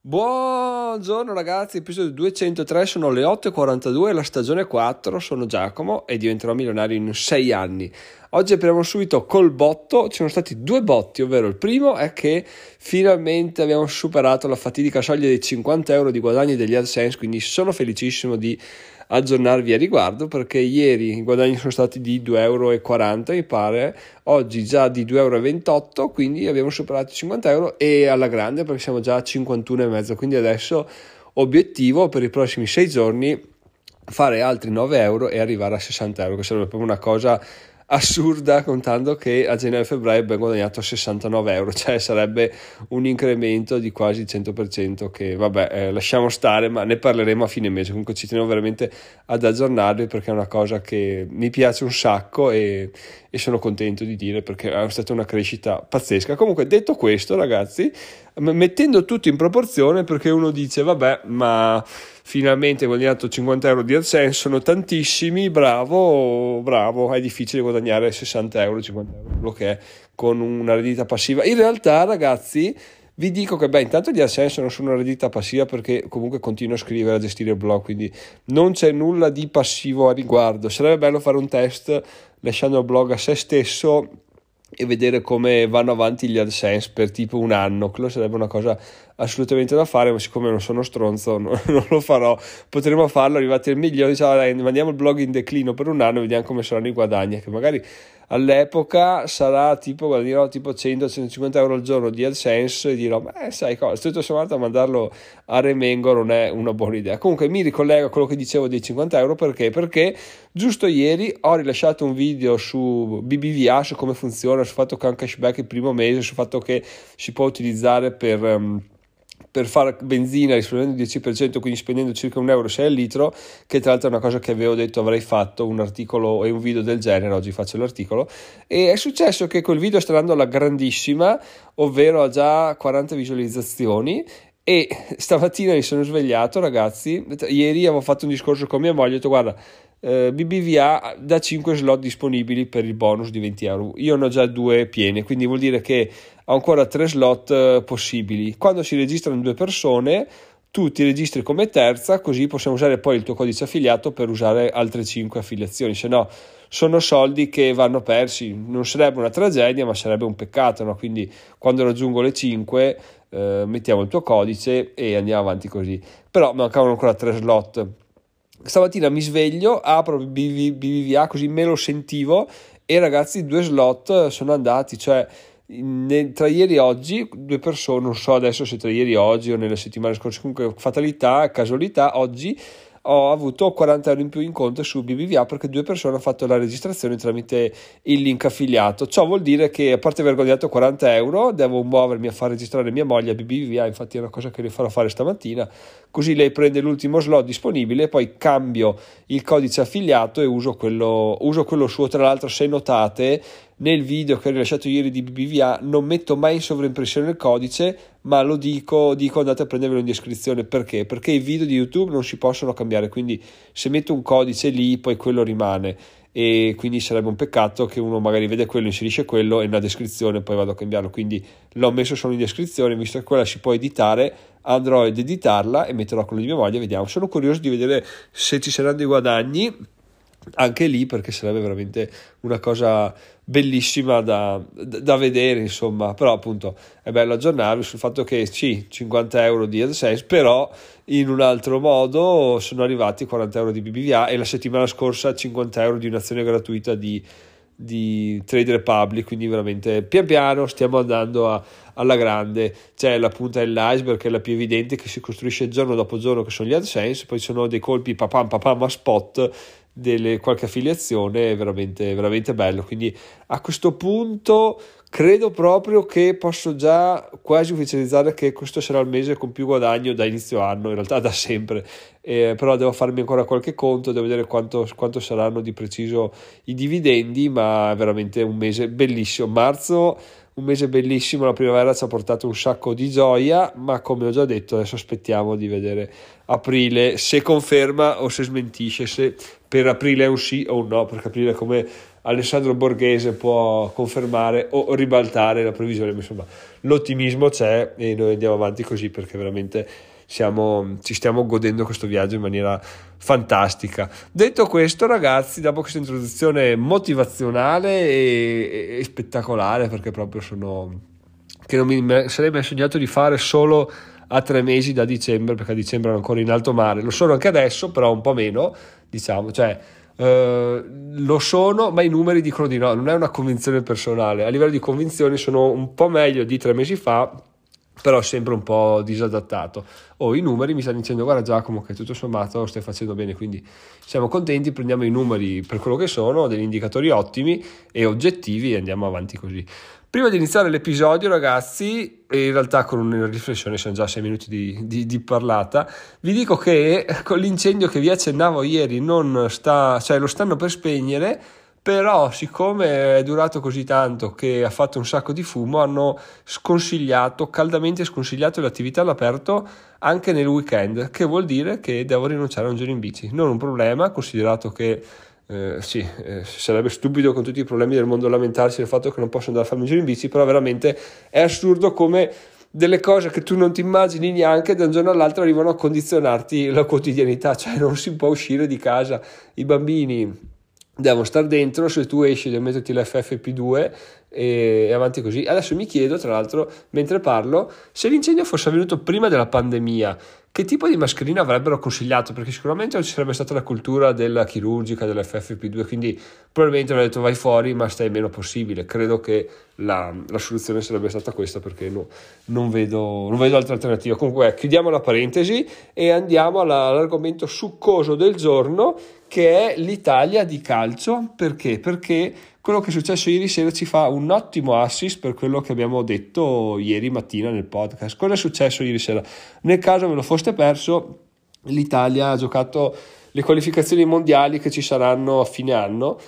Buongiorno ragazzi, episodio 203, sono le 8:42, la stagione 4, sono Giacomo e diventerò milionario in 6 anni. Oggi apriamo subito col botto, ci sono stati due botti, ovvero il primo è che finalmente abbiamo superato la fatidica soglia dei 50 euro di guadagni degli AdSense, quindi sono felicissimo di aggiornarvi a riguardo perché ieri i guadagni sono stati di 2,40 euro mi pare, oggi già di 2,28 euro, quindi abbiamo superato i 50 euro e alla grande perché siamo già a 51,5, quindi adesso obiettivo per i prossimi 6 giorni fare altri 9 euro e arrivare a 60 euro, che sarebbe proprio una cosa assurda contando che a gennaio e febbraio abbiamo guadagnato 69 euro, cioè sarebbe un incremento di quasi il 100% che vabbè lasciamo stare, ma ne parleremo a fine mese. Comunque ci tenevo veramente ad aggiornarvi perché è una cosa che mi piace un sacco e sono contento di dire perché è stata una crescita pazzesca. Comunque detto questo ragazzi, mettendo tutto in proporzione, perché uno dice vabbè ma finalmente hai guadagnato 50 euro di AdSense, sono tantissimi, bravo, è difficile guadagnare 60 euro, 50 euro, quello che è con una reddita passiva. In realtà ragazzi vi dico che intanto gli AdSense non sono una reddita passiva perché comunque continuo a scrivere, a gestire il blog, quindi non c'è nulla di passivo a riguardo. Sarebbe bello fare un test lasciando il blog a se stesso e vedere come vanno avanti gli AdSense per tipo un anno. Quello sarebbe una cosa assolutamente da fare, ma siccome non sono stronzo non lo farò. Potremmo farlo arrivati al milione, mandiamo il blog in declino per un anno e vediamo come saranno i guadagni, che magari all'epoca sarà tipo, guadagnerò tipo 100-150 euro al giorno di AdSense e dirò sai cosa, tutto sommato a mandarlo a Remengo non è una buona idea. Comunque mi ricollego a quello che dicevo dei 50 euro perché giusto ieri ho rilasciato un video su BBVA, su come funziona, sul fatto che ha un cashback il primo mese, sul fatto che si può utilizzare per fare benzina rispondendo il 10%, quindi spendendo circa €1 al litro, che tra l'altro è una cosa che avevo detto avrei fatto un articolo e un video del genere. Oggi faccio l'articolo e è successo che quel video sta andando alla grandissima, ovvero ha già 40 visualizzazioni. E stamattina mi sono svegliato ragazzi, ieri avevo fatto un discorso con mia moglie, ho detto guarda, BBVA da 5 slot disponibili per il bonus di 20 euro, io ne ho già 2 piene, quindi vuol dire che ho ancora 3 slot possibili. Quando si registrano 2 persone tu ti registri come terza, così possiamo usare poi il tuo codice affiliato per usare altre 5 affiliazioni, se no sono soldi che vanno persi. Non sarebbe una tragedia ma sarebbe un peccato, no? Quindi quando raggiungo le 5 mettiamo il tuo codice e andiamo avanti così. Però mancavano ancora 3 slot. Stamattina mi sveglio, apro BBVA così me lo sentivo e ragazzi 2 slot sono andati, cioè tra ieri e oggi 2 persone, non so adesso se tra ieri e oggi o nelle settimane scorse, comunque fatalità, casualità, oggi ho avuto 40 euro in più in conto su BBVA perché 2 persone hanno fatto la registrazione tramite il link affiliato. Ciò vuol dire che a parte aver guadagnato 40 euro devo muovermi a far registrare mia moglie a BBVA, infatti è una cosa che le farò fare stamattina, così lei prende l'ultimo slot disponibile, poi cambio il codice affiliato e uso quello suo. Tra l'altro, se notate nel video che ho rilasciato ieri di BBVA non metto mai in sovraimpressione il codice, ma lo dico andate a prendervelo in descrizione. Perché i video di YouTube non si possono cambiare, quindi se metto un codice lì poi quello rimane e quindi sarebbe un peccato che uno magari vede quello, inserisce quello e nella descrizione poi vado a cambiarlo, quindi l'ho messo solo in descrizione, visto che quella si può editare, andrò ad editarla e metterò quello di mia moglie. Vediamo, sono curioso di vedere se ci saranno dei guadagni anche lì, perché sarebbe veramente una cosa bellissima da vedere, insomma. Però appunto è bello aggiornarvi sul fatto che sì, 50 euro di AdSense, però in un altro modo sono arrivati 40 euro di BBVA e la settimana scorsa 50 euro di un'azione gratuita di Trade Republic, quindi veramente pian piano stiamo andando alla grande. C'è la punta dell'iceberg che è la più evidente, che si costruisce giorno dopo giorno, che sono gli AdSense, poi ci sono dei colpi papam a spot qualche affiliazione, veramente veramente bello. Quindi a questo punto credo proprio che posso già quasi ufficializzare che questo sarà il mese con più guadagno da inizio anno, in realtà da sempre, però devo farmi ancora qualche conto, devo vedere quanto saranno di preciso i dividendi, ma è veramente un mese bellissimo. Marzo, un mese bellissimo, la primavera ci ha portato un sacco di gioia, ma come ho già detto adesso aspettiamo di vedere aprile se conferma o se smentisce, se per aprile è un sì o un no, perché aprile come Alessandro Borghese può confermare o ribaltare la previsione, ma insomma l'ottimismo c'è e noi andiamo avanti così perché veramente ci stiamo godendo questo viaggio in maniera fantastica. Detto questo, ragazzi, dopo questa introduzione motivazionale e spettacolare, perché proprio che non mi sarei mai sognato di fare solo a 3 mesi da dicembre, perché a dicembre ero ancora in alto mare, lo sono anche adesso, però un po' meno, diciamo, cioè lo sono, ma i numeri dicono di no, non è una convinzione personale. A livello di convinzioni sono un po' meglio di 3 mesi fa, però sempre un po' disadattato. I numeri mi stanno dicendo: guarda Giacomo, che tutto sommato stai facendo bene, quindi siamo contenti, prendiamo i numeri per quello che sono, degli indicatori ottimi e oggettivi, e andiamo avanti così. Prima di iniziare l'episodio, ragazzi, e in realtà con una riflessione, sono già 6 minuti di parlata, vi dico che con l'incendio che vi accennavo ieri lo stanno per spegnere, però siccome è durato così tanto che ha fatto un sacco di fumo, hanno caldamente sconsigliato le attività all'aperto anche nel weekend, che vuol dire che devo rinunciare a un giro in bici. Non un problema, considerato che sarebbe stupido con tutti i problemi del mondo lamentarsi del fatto che non posso andare a farmi un giro in bici, però veramente è assurdo come delle cose che tu non ti immagini neanche da un giorno all'altro arrivano a condizionarti la quotidianità. Cioè non si può uscire di casa, i bambini devono stare dentro, se tu esci devi metterti l'FFP2 e avanti così. Adesso mi chiedo, tra l'altro, mentre parlo, se l'incendio fosse avvenuto prima della pandemia, che tipo di mascherina avrebbero consigliato? Perché sicuramente non ci sarebbe stata la cultura della chirurgica, dell'FFP2, quindi probabilmente hanno detto vai fuori ma stai meno possibile. Credo che la soluzione sarebbe stata questa, perché non vedo altre alternative. Comunque chiudiamo la parentesi e andiamo all'argomento succoso del giorno, che è l'Italia di calcio. Perché? Perché quello che è successo ieri sera ci fa un ottimo assist per quello che abbiamo detto ieri mattina nel podcast. Cosa è successo ieri sera? Nel caso ve lo foste perso, l'Italia ha giocato le qualificazioni mondiali che ci saranno a fine anno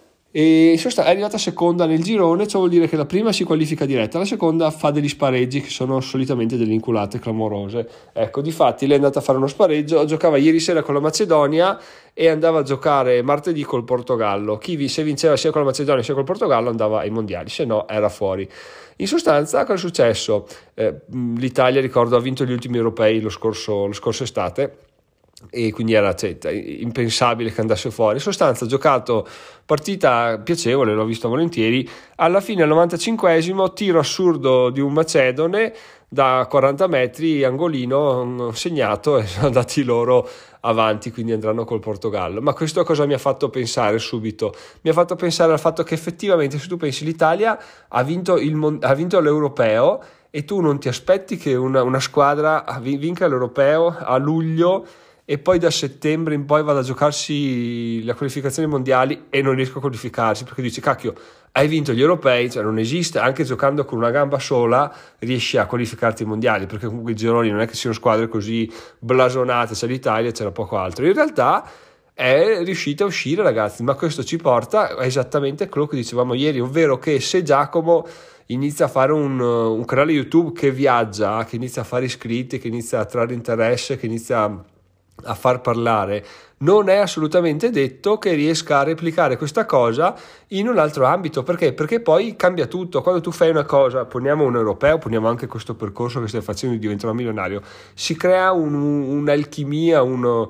e è arrivata seconda nel girone. Ciò vuol dire che la prima si qualifica diretta, la seconda fa degli spareggi che sono solitamente delle inculate clamorose. Ecco, difatti lei è andata a fare uno spareggio, giocava ieri sera con la Macedonia e andava a giocare martedì col Portogallo. Se vinceva sia con la Macedonia sia col Portogallo andava ai mondiali, se no era fuori. In sostanza, cosa è successo? L'Italia, ricordo, ha vinto gli ultimi europei lo scorso estate, e quindi era impensabile che andasse fuori. In sostanza ha giocato partita piacevole, l'ho visto volentieri. Alla fine, al 95esimo, tiro assurdo di un macedone da 40 metri, angolino segnato, e sono andati loro avanti, quindi andranno col Portogallo. Ma questo cosa mi ha fatto pensare subito? Mi ha fatto pensare al fatto che effettivamente, se tu pensi, l'Italia ha vinto l'Europeo e tu non ti aspetti che una squadra vinca l'Europeo a luglio e poi da settembre in poi vada a giocarsi le qualificazioni mondiali e non riesco a qualificarsi, perché dici cacchio, hai vinto gli europei, cioè non esiste, anche giocando con una gamba sola riesci a qualificarti ai mondiali, perché comunque i gironi non è che siano squadre così blasonate, c'è l'Italia, c'era poco altro. In realtà è riuscita a uscire, ragazzi, ma questo ci porta a esattamente quello che dicevamo ieri, ovvero che se Giacomo inizia a fare un canale YouTube che viaggia, che inizia a fare iscritti, che inizia a trarre interesse, che inizia a far parlare, non è assolutamente detto che riesca a replicare questa cosa in un altro ambito. Perché? Perché poi cambia tutto. Quando tu fai una cosa, poniamo un europeo, poniamo anche questo percorso che stai facendo di diventare milionario, si crea un'alchimia,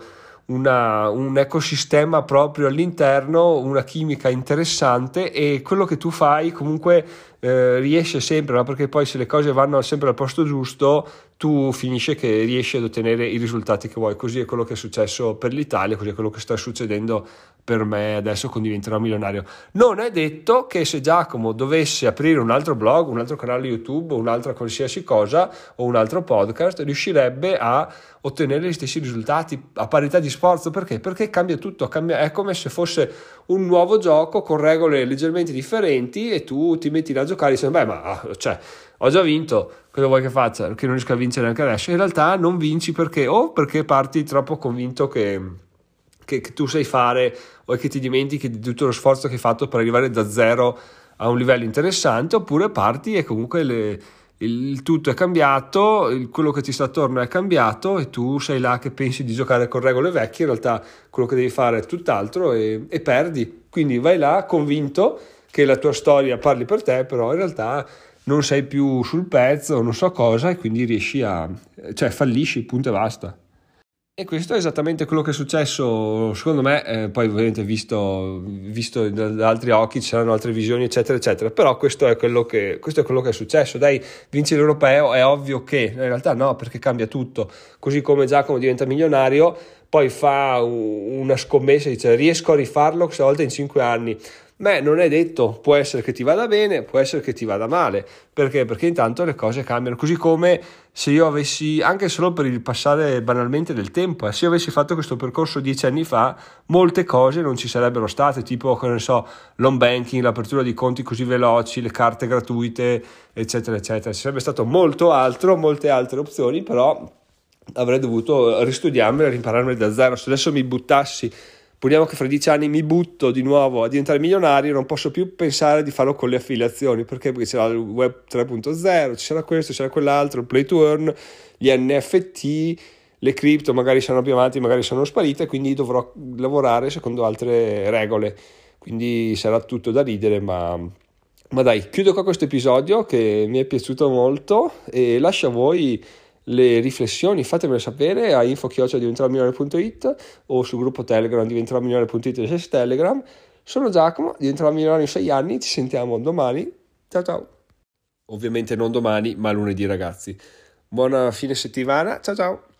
un ecosistema proprio all'interno, una chimica interessante, e quello che tu fai comunque riesce sempre, no? Perché poi se le cose vanno sempre al posto giusto, tu finisce che riesci ad ottenere i risultati che vuoi. Così è quello che è successo per l'Italia, così è quello che sta succedendo per me adesso con Diventerò Milionario. Non è detto che se Giacomo dovesse aprire un altro blog, un altro canale YouTube, un'altra qualsiasi cosa o un altro podcast, riuscirebbe a ottenere gli stessi risultati a parità di sforzo. Perché? Perché cambia tutto, è come se fosse un nuovo gioco con regole leggermente differenti e tu ti metti là a giocare e dici ho già vinto, cosa vuoi che faccia? Che non riesco a vincere anche adesso. In realtà non vinci perché parti troppo convinto che tu sai fare, o che ti dimentichi di tutto lo sforzo che hai fatto per arrivare da zero a un livello interessante, oppure parti e comunque il tutto è cambiato, quello che ti sta attorno è cambiato e tu sei là che pensi di giocare con regole vecchie, in realtà quello che devi fare è tutt'altro e perdi. Quindi vai là convinto che la tua storia parli per te, però in realtà non sei più sul pezzo, non so cosa, e quindi fallisci, punto e basta. E questo è esattamente quello che è successo, secondo me, poi ovviamente visto da altri occhi, ci saranno altre visioni, eccetera, eccetera, però questo è quello che è successo. Dai, vinci l'Europeo, è ovvio che, in realtà no, perché cambia tutto, così come Giacomo diventa milionario, poi fa una scommessa e dice riesco a rifarlo questa volta in 5 anni. Beh, non è detto, può essere che ti vada bene, può essere che ti vada male, perché? Perché intanto le cose cambiano, così come se io avessi, anche solo per il passare banalmente del tempo, se io avessi fatto questo percorso 10 anni fa, molte cose non ci sarebbero state, tipo, che ne so, l'home banking, l'apertura di conti così veloci, le carte gratuite, eccetera, eccetera. Ci sarebbe stato molto altro, molte altre opzioni, però avrei dovuto ristudiarmele, rimpararmele da zero. Se adesso mi buttassi, poniamo che fra 10 anni mi butto di nuovo a diventare milionario, non posso più pensare di farlo con le affiliazioni, perché c'era il web 3.0, ci sarà questo, c'era quell'altro, il play to earn, gli NFT, le cripto magari saranno più avanti, magari sono sparite, quindi dovrò lavorare secondo altre regole, quindi sarà tutto da ridere, ma dai, chiudo qua questo episodio che mi è piaciuto molto e lascio a voi le riflessioni, fatemele sapere a info@diventeromilionario.it o sul gruppo Telegram diventeromilionario.it / Telegram. Sono Giacomo, diventerò milionario in 6 anni, ci sentiamo domani, ciao ciao. Ovviamente non domani, ma lunedì ragazzi. Buona fine settimana, ciao ciao.